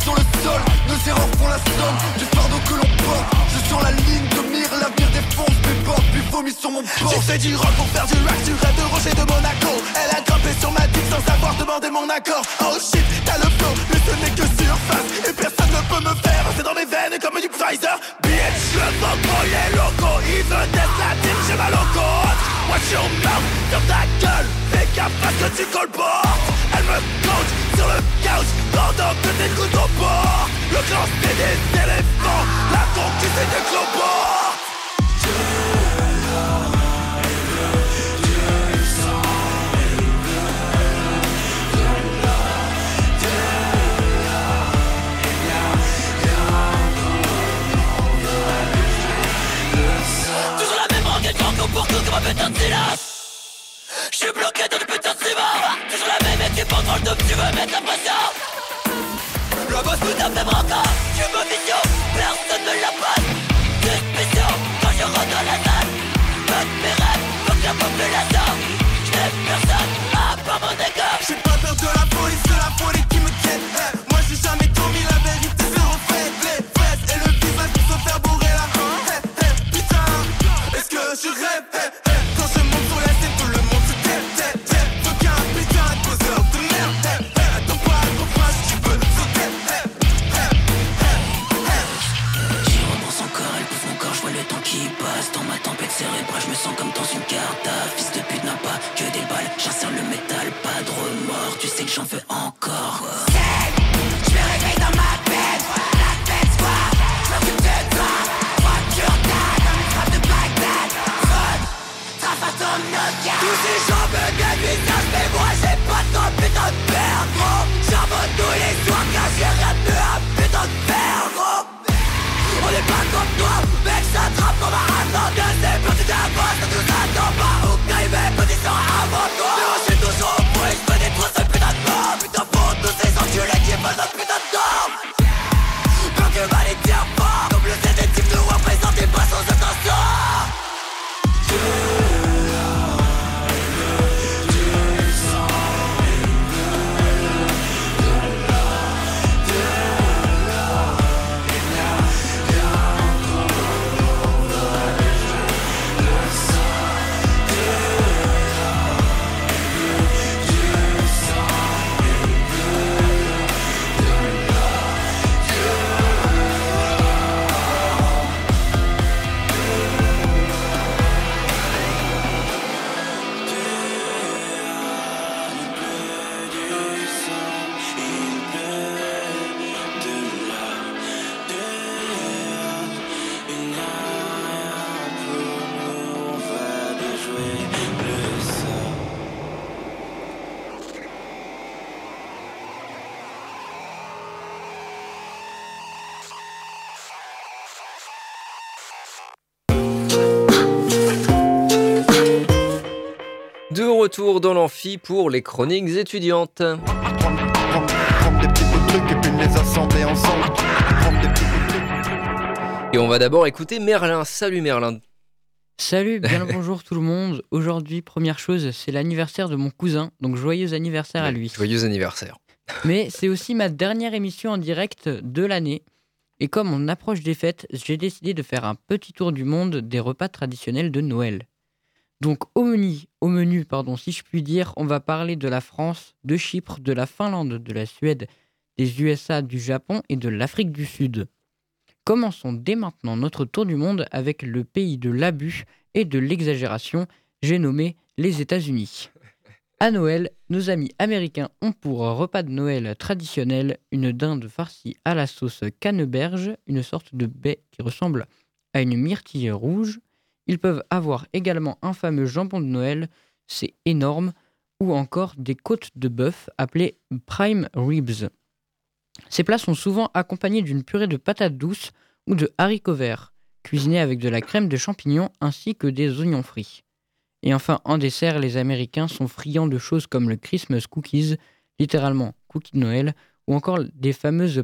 sur le sol, nos erreurs font la somme du fardeau que l'on porte. Je suis sur la ligne de mire, l'avenir défonce mes portes, puis vomis sur mon port. J'ai fait du rock pour faire du rap, du rêve de Roger de Monaco. Elle a grimpé sur ma dick sans savoir demander mon accord. Oh shit, t'as le flow, mais ce n'est que surface. Et personne ne peut me faire, c'est dans mes veines comme du Pfizer. Bitch, le fuckboy est loco, il veut tester la team, j'ai mal au côte. Watch your mouth, sur ta gueule, fais gaffe à ce que tu colportes. Elle me coach sur le couch, pendant que tes couteaux portent. Le clan c'est des éléphants, la conquête c'est des cloportes. Toujours la même rengaine quand pour tout comme un putain de silence. J'suis bloqué dans le putain de ciment. Toujours la même équipe en grand top, tu veux mettre la pression. Le boss nous tape même encore. J'suis ma vision, personne ne la passe. Suspicion, quand je rentre dans la salle. Fuck mes rêves, fuck la population. J'n'aime personne, à part mon égo. J'ai pas peur de la police, c'est la folie qui me quitte. Moi j'ai jamais commis la vérité, zéro fait. Les fesses et le visage pour se faire bourrer la main. Putain, est-ce que je rêve? Quand je monte sur la scène, tout le monde se tait. Faut qu'un putain de poseur de merde. Attends pas trop proche, tu peux sauter. J'y repense encore, elle pousse mon corps, je vois le temps qui passe. Dans ma tempête cérébrale, je me sens comme dans une carte. Fils de pute n'a pas que des balles, j'insère le métal, pas de remords. Tu sais que j'en veux encore. Je me réveille dans ma bête, la tête soir, je m'occupe de toi. Voiture tard, comme une frappe de Bagdad. Tous ces gens me gagnent visage, mais moi j'ai pas de temps, putain de père, gros. Charbonne tous les soirs car j'ai rien de un putain de père, gros. On est pas comme toi, mec, ça trappe dans ma rate. Non, de ces petits d'avance, tout ça tombe pas. Où qu'aille mes petits sera avant toi. Mais moi j'suis toujours au point, j'me détruis ce putain de mort. Putain pour tous ces enculés qui veulent notre putain de temps. Plus que mal et tient fort, comme le CD type de roi présenté pas sans intention. De retour dans l'amphi pour les chroniques étudiantes. Prendre des petits bouts de trucs et puis les assembler ensemble. Prendre des petits bouts de trucs. Et on va d'abord écouter Merlin. Salut Merlin. Salut, bien le bonjour tout le monde. Aujourd'hui, première chose, c'est l'anniversaire de mon cousin, donc joyeux anniversaire à lui. Joyeux anniversaire. Mais c'est aussi ma dernière émission en direct de l'année. Et comme on approche des fêtes, j'ai décidé de faire un petit tour du monde des repas traditionnels de Noël. Donc au menu, si je puis dire, on va parler de la France, de Chypre, de la Finlande, de la Suède, des USA, du Japon et de l'Afrique du Sud. Commençons dès maintenant notre tour du monde avec le pays de l'abus et de l'exagération, j'ai nommé les États-Unis. À Noël, nos amis américains ont pour repas de Noël traditionnel une dinde farcie à la sauce canneberge, une sorte de baie qui ressemble à une myrtille rouge. Ils peuvent avoir également un fameux jambon de Noël, c'est énorme, ou encore des côtes de bœuf appelées prime ribs. Ces plats sont souvent accompagnés d'une purée de patates douces ou de haricots verts, cuisinés avec de la crème de champignons ainsi que des oignons frits. Et enfin, en dessert, les Américains sont friands de choses comme le Christmas cookies, littéralement cookies de Noël, ou encore des fameuses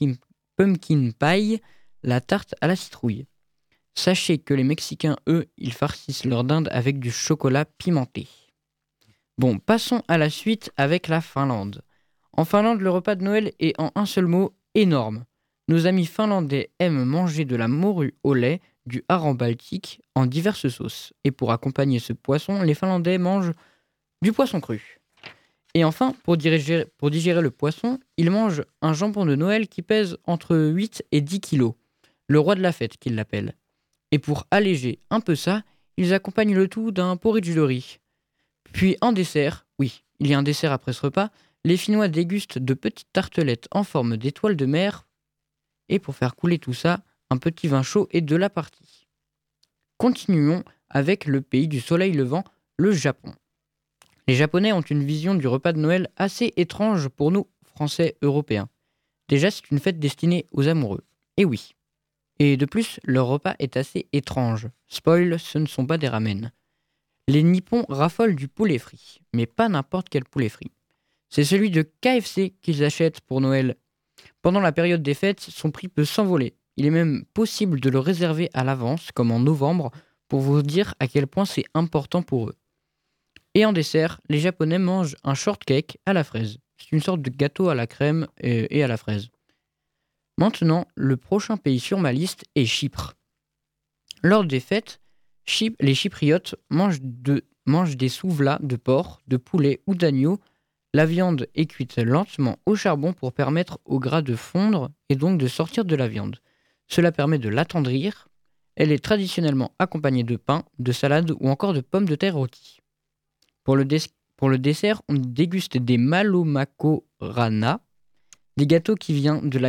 pumpkin pie, la tarte à la citrouille. Sachez que les Mexicains, eux, ils farcissent leur dinde avec du chocolat pimenté. Bon, passons à la suite avec la Finlande. En Finlande, le repas de Noël est en un seul mot, énorme. Nos amis finlandais aiment manger de la morue au lait, du hareng baltique en diverses sauces. Et pour accompagner ce poisson, les Finlandais mangent du poisson cru. Et enfin, pour digérer le poisson, ils mangent un jambon de Noël qui pèse entre 8 et 10 kilos. Le roi de la fête, qu'ils l'appellent. Et pour alléger un peu ça, ils accompagnent le tout d'un porridge de riz. Puis en dessert, oui, il y a un dessert après ce repas, les Finnois dégustent de petites tartelettes en forme d'étoiles de mer. Et pour faire couler tout ça, un petit vin chaud est de la partie. Continuons avec le pays du soleil levant, le Japon. Les Japonais ont une vision du repas de Noël assez étrange pour nous, Français européens. Déjà, c'est une fête destinée aux amoureux. Et oui. Et de plus, leur repas est assez étrange. Spoil, ce ne sont pas des ramen. Les Nippons raffolent du poulet frit, mais pas n'importe quel poulet frit. C'est celui de KFC qu'ils achètent pour Noël. Pendant la période des fêtes, son prix peut s'envoler. Il est même possible de le réserver à l'avance, comme en novembre, pour vous dire à quel point c'est important pour eux. Et en dessert, les Japonais mangent un shortcake à la fraise. C'est une sorte de gâteau à la crème et à la fraise. Maintenant, le prochain pays sur ma liste est Chypre. Lors des fêtes, les Chypriotes mangent des souvlas de porc, de poulet ou d'agneau. La viande est cuite lentement au charbon pour permettre au gras de fondre et donc de sortir de la viande. Cela permet de l'attendrir. Elle est traditionnellement accompagnée de pain, de salade ou encore de pommes de terre rôties. Pour le dessert, on déguste des malomako rana, des gâteaux qui viennent de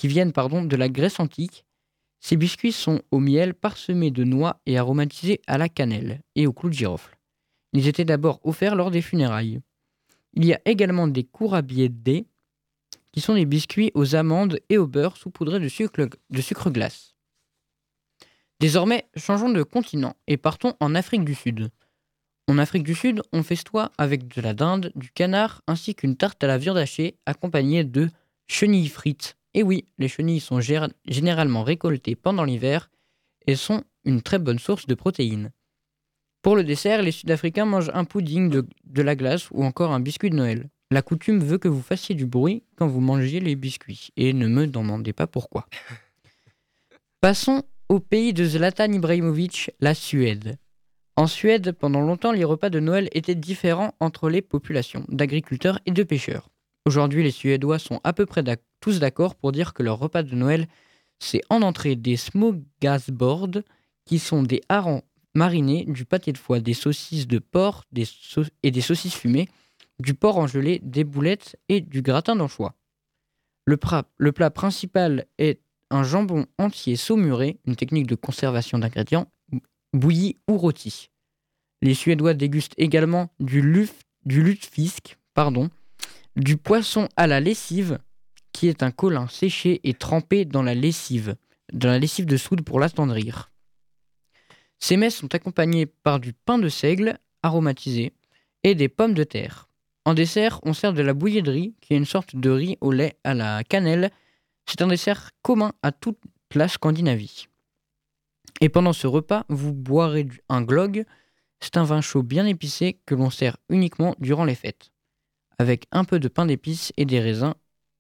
la Grèce antique. Ces biscuits sont au miel parsemés de noix et aromatisés à la cannelle et au clou de girofle. Ils étaient d'abord offerts lors des funérailles. Il y a également des kurabiedé, qui sont des biscuits aux amandes et au beurre saupoudrés de sucre glace. Désormais, changeons de continent et partons en Afrique du Sud. En Afrique du Sud, on festoie avec de la dinde, du canard ainsi qu'une tarte à la viande hachée accompagnée de chenilles frites. Et oui, les chenilles sont généralement récoltées pendant l'hiver et sont une très bonne source de protéines. Pour le dessert, les Sud-Africains mangent un pudding, de la glace ou encore un biscuit de Noël. La coutume veut que vous fassiez du bruit quand vous mangez les biscuits et ne me demandez pas pourquoi. Passons au pays de Zlatan Ibrahimovic, la Suède. En Suède, pendant longtemps, les repas de Noël étaient différents entre les populations d'agriculteurs et de pêcheurs. Aujourd'hui, les Suédois sont à peu près tous d'accord pour dire que leur repas de Noël, c'est en entrée des smörgåsbord, qui sont des harengs marinés, du pâté de foie, des saucisses de porc et des saucisses fumées, du porc en gelée, des boulettes et du gratin d'anchois. Le plat principal est un jambon entier saumuré, une technique de conservation d'ingrédients, bouilli ou rôti. Les Suédois dégustent également du lutefisk, du poisson à la lessive, qui est un colin séché et trempé dans la lessive de soude pour l'attendrir. Ces mets sont accompagnés par du pain de seigle aromatisé et des pommes de terre. En dessert, on sert de la bouillie de riz, qui est une sorte de riz au lait à la cannelle. C'est un dessert commun à toute la Scandinavie. Et pendant ce repas, vous boirez un glögg. C'est un vin chaud bien épicé que l'on sert uniquement durant les fêtes, avec un peu de pain d'épices et des raisins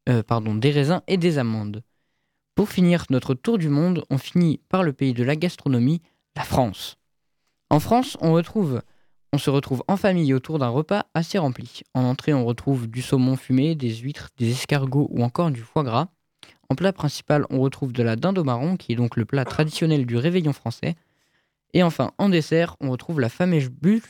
et des amandes. Pour finir notre tour du monde, on finit par le pays de la gastronomie, la France. En France, on se retrouve en famille autour d'un repas assez rempli. En entrée, on retrouve du saumon fumé, des huîtres, des escargots ou encore du foie gras. En plat principal, on retrouve de la dinde au marron, qui est donc le plat traditionnel du réveillon français. Et enfin, en dessert, on retrouve la fameuse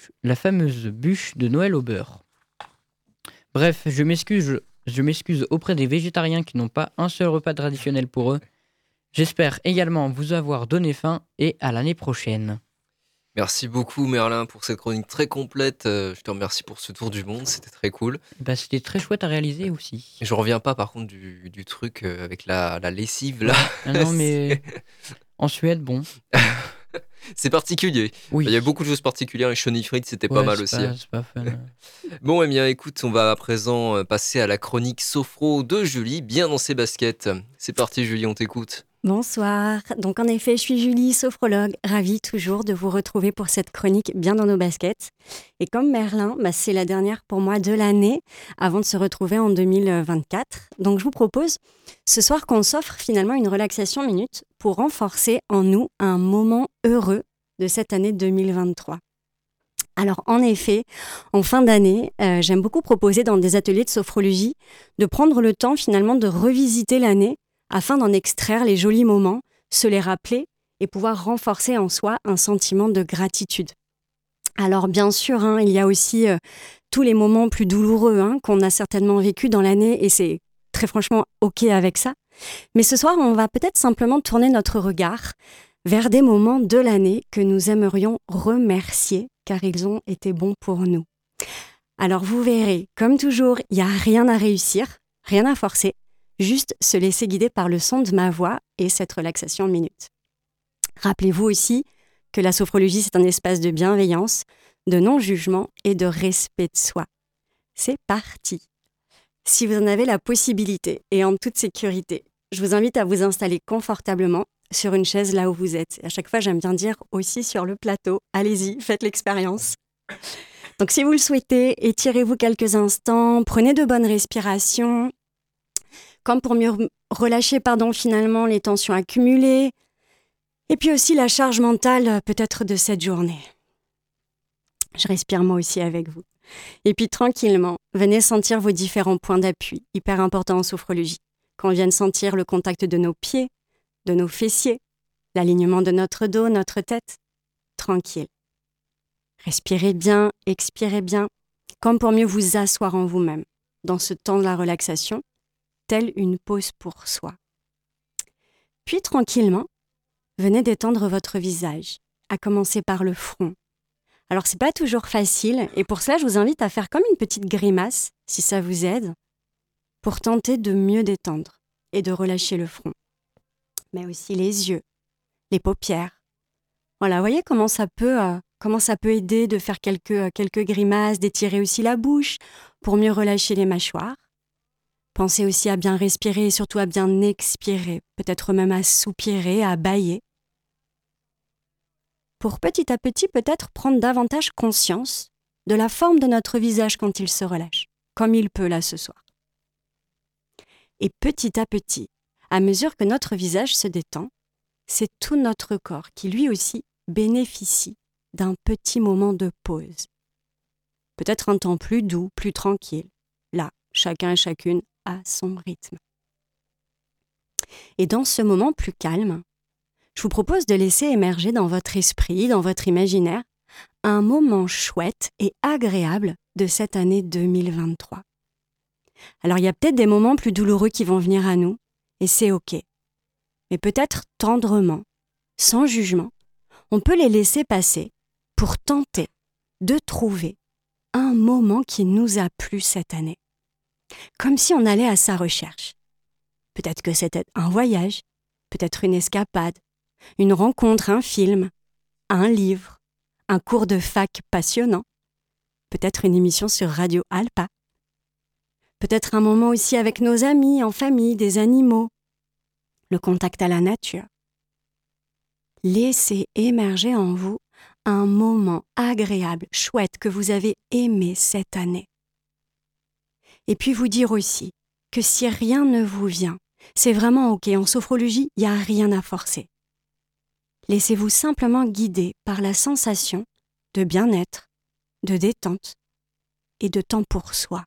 bûche de Noël au beurre. Bref, je m'excuse auprès des végétariens qui n'ont pas un seul repas traditionnel pour eux. J'espère également vous avoir donné faim et à l'année prochaine. Merci beaucoup Merlin pour cette chronique très complète. Je te remercie pour ce tour du monde, c'était très cool. C'était très chouette à réaliser aussi. Je reviens pas par contre du truc avec la lessive là. Ah non mais en Suède, bon. C'est particulier. Oui. Il y a beaucoup de choses particulières et chenilles frites, c'était pas mal aussi. C'est pas fun. Bon, eh bien, écoute, on va à présent passer à la chronique Sophro de Julie, bien dans ses baskets. C'est parti, Julie, on t'écoute. Bonsoir. Donc en effet, je suis Julie, sophrologue, ravie toujours de vous retrouver pour cette chronique bien dans nos baskets. Et comme Merlin, c'est la dernière pour moi de l'année avant de se retrouver en 2024. Donc je vous propose ce soir qu'on s'offre finalement une relaxation minute pour renforcer en nous un moment heureux de cette année 2023. Alors en effet, en fin d'année, j'aime beaucoup proposer dans des ateliers de sophrologie de prendre le temps finalement de revisiter l'année afin d'en extraire les jolis moments, se les rappeler et pouvoir renforcer en soi un sentiment de gratitude. Alors bien sûr, il y a aussi tous les moments plus douloureux qu'on a certainement vécu dans l'année et c'est très franchement OK avec ça. Mais ce soir, on va peut-être simplement tourner notre regard vers des moments de l'année que nous aimerions remercier car ils ont été bons pour nous. Alors vous verrez, comme toujours, il n'y a rien à réussir, rien à forcer. Juste se laisser guider par le son de ma voix et cette relaxation minute. Rappelez-vous aussi que la sophrologie, c'est un espace de bienveillance, de non-jugement et de respect de soi. C'est parti. Si vous en avez la possibilité et en toute sécurité, je vous invite à vous installer confortablement sur une chaise là où vous êtes. Et à chaque fois, j'aime bien dire aussi sur le plateau. Allez-y, faites l'expérience. Donc si vous le souhaitez, étirez-vous quelques instants, prenez de bonnes respirations, comme pour mieux relâcher finalement les tensions accumulées, et puis aussi la charge mentale peut-être de cette journée. Je respire moi aussi avec vous. Et puis tranquillement, venez sentir vos différents points d'appui, hyper importants en sophrologie. Qu'on vienne sentir le contact de nos pieds, de nos fessiers, l'alignement de notre dos, notre tête, tranquille. Respirez bien, expirez bien, comme pour mieux vous asseoir en vous-même, dans ce temps de la relaxation, telle une pause pour soi. Puis tranquillement, venez détendre votre visage, à commencer par le front. Alors c'est pas toujours facile et pour cela je vous invite à faire comme une petite grimace, si ça vous aide, pour tenter de mieux détendre et de relâcher le front. Mais aussi les yeux, les paupières. Voilà, voyez comment ça peut aider de faire quelques grimaces, d'étirer aussi la bouche pour mieux relâcher les mâchoires. Pensez aussi à bien respirer et surtout à bien expirer, peut-être même à soupirer, à bâiller. Pour petit à petit peut-être prendre davantage conscience de la forme de notre visage quand il se relâche, comme il peut là ce soir. Et petit à petit, à mesure que notre visage se détend, c'est tout notre corps qui lui aussi bénéficie d'un petit moment de pause. Peut-être un temps plus doux, plus tranquille. Là, chacun et chacune à son rythme. Et dans ce moment plus calme, je vous propose de laisser émerger dans votre esprit, dans votre imaginaire, un moment chouette et agréable de cette année 2023. Alors il y a peut-être des moments plus douloureux qui vont venir à nous, et c'est OK. Mais peut-être tendrement, sans jugement, on peut les laisser passer pour tenter de trouver un moment qui nous a plu cette année. Comme si on allait à sa recherche. Peut-être que c'était un voyage, peut-être une escapade, une rencontre, un film, un livre, un cours de fac passionnant, peut-être une émission sur Radio Alpa, peut-être un moment aussi avec nos amis, en famille, des animaux, le contact à la nature. Laissez émerger en vous un moment agréable, chouette que vous avez aimé cette année. Et puis vous dire aussi que si rien ne vous vient, c'est vraiment OK. En sophrologie, il n'y a rien à forcer. Laissez-vous simplement guider par la sensation de bien-être, de détente et de temps pour soi.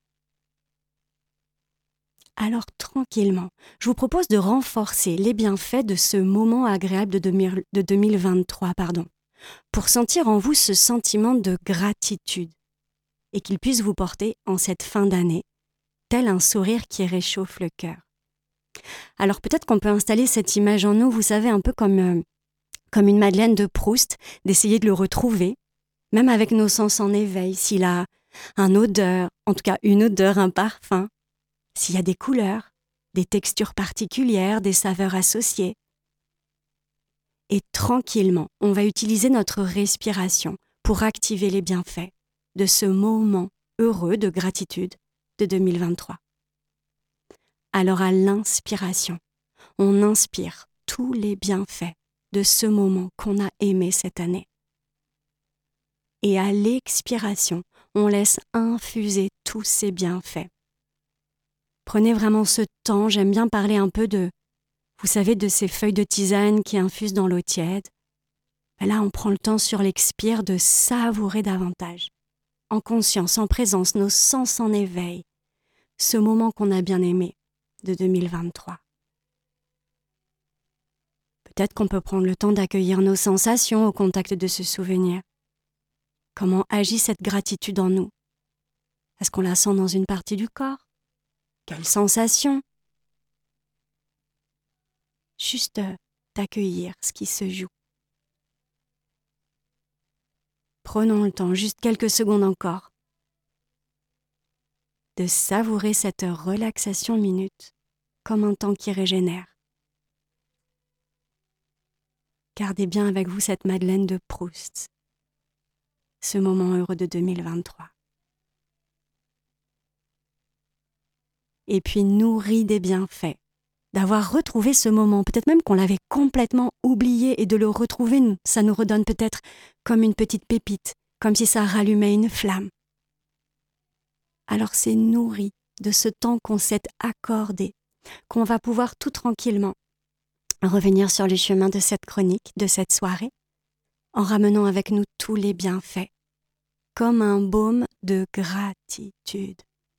Alors tranquillement, je vous propose de renforcer les bienfaits de ce moment agréable de 2023, pour sentir en vous ce sentiment de gratitude et qu'il puisse vous porter en cette fin d'année, tel un sourire qui réchauffe le cœur. Alors peut-être qu'on peut installer cette image en nous, vous savez, un peu comme une Madeleine de Proust, d'essayer de le retrouver, même avec nos sens en éveil, s'il a une odeur, un parfum, s'il y a des couleurs, des textures particulières, des saveurs associées. Et tranquillement, on va utiliser notre respiration pour activer les bienfaits de ce moment heureux de gratitude de 2023. Alors à l'inspiration, on inspire tous les bienfaits de ce moment qu'on a aimé cette année. Et à l'expiration, on laisse infuser tous ces bienfaits. Prenez vraiment ce temps, j'aime bien parler un peu vous savez, de ces feuilles de tisane qui infusent dans l'eau tiède. Et là, on prend le temps sur l'expire de savourer davantage. En conscience, en présence, nos sens en éveil. Ce moment qu'on a bien aimé de 2023. Peut-être qu'on peut prendre le temps d'accueillir nos sensations au contact de ce souvenir. Comment agit cette gratitude en nous? Est-ce qu'on la sent dans une partie du corps? Quelle sensation? Juste d'accueillir ce qui se joue. Prenons le temps, juste quelques secondes encore, de savourer cette relaxation minute comme un temps qui régénère. Gardez bien avec vous cette Madeleine de Proust, ce moment heureux de 2023. Et puis nourri des bienfaits, d'avoir retrouvé ce moment, peut-être même qu'on l'avait complètement oublié et de le retrouver, ça nous redonne peut-être comme une petite pépite, comme si ça rallumait une flamme. Alors c'est nourri de ce temps qu'on s'est accordé, qu'on va pouvoir tout tranquillement revenir sur les chemins de cette chronique, de cette soirée, en ramenant avec nous tous les bienfaits, comme un baume de gratitude.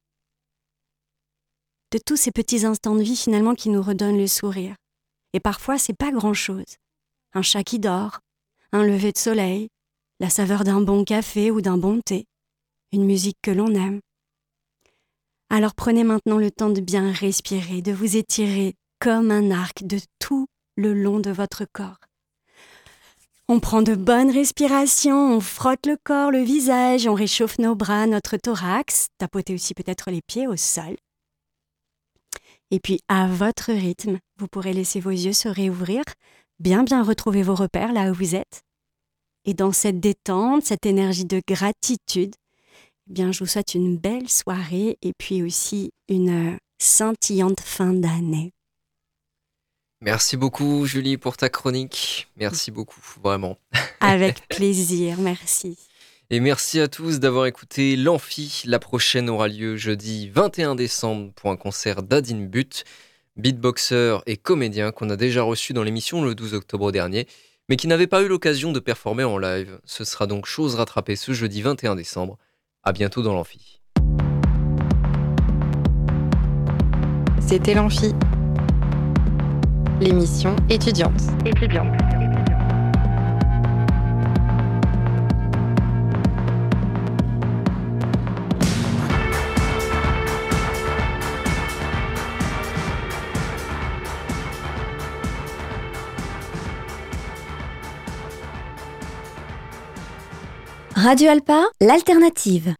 De tous ces petits instants de vie finalement qui nous redonnent le sourire. Et parfois, c'est pas grand-chose. Un chat qui dort, un lever de soleil, la saveur d'un bon café ou d'un bon thé, une musique que l'on aime. Alors prenez maintenant le temps de bien respirer, de vous étirer comme un arc de tout le long de votre corps. On prend de bonnes respirations, on frotte le corps, le visage, on réchauffe nos bras, notre thorax, tapotez aussi peut-être les pieds au sol. Et puis, à votre rythme, vous pourrez laisser vos yeux se réouvrir, bien retrouver vos repères là où vous êtes. Et dans cette détente, cette énergie de gratitude, eh bien, je vous souhaite une belle soirée et puis aussi une scintillante fin d'année. Merci beaucoup, Julie, pour ta chronique. Merci beaucoup, vraiment. Avec plaisir, merci. Et merci à tous d'avoir écouté l'Amphi. La prochaine aura lieu jeudi 21 décembre pour un concert d'Adin But, beatboxer et comédien qu'on a déjà reçu dans l'émission le 12 octobre dernier, mais qui n'avait pas eu l'occasion de performer en live. Ce sera donc chose rattrapée ce jeudi 21 décembre. À bientôt dans l'Amphi. C'était l'Amphi, l'émission étudiante. Radio Alpa, l'alternative.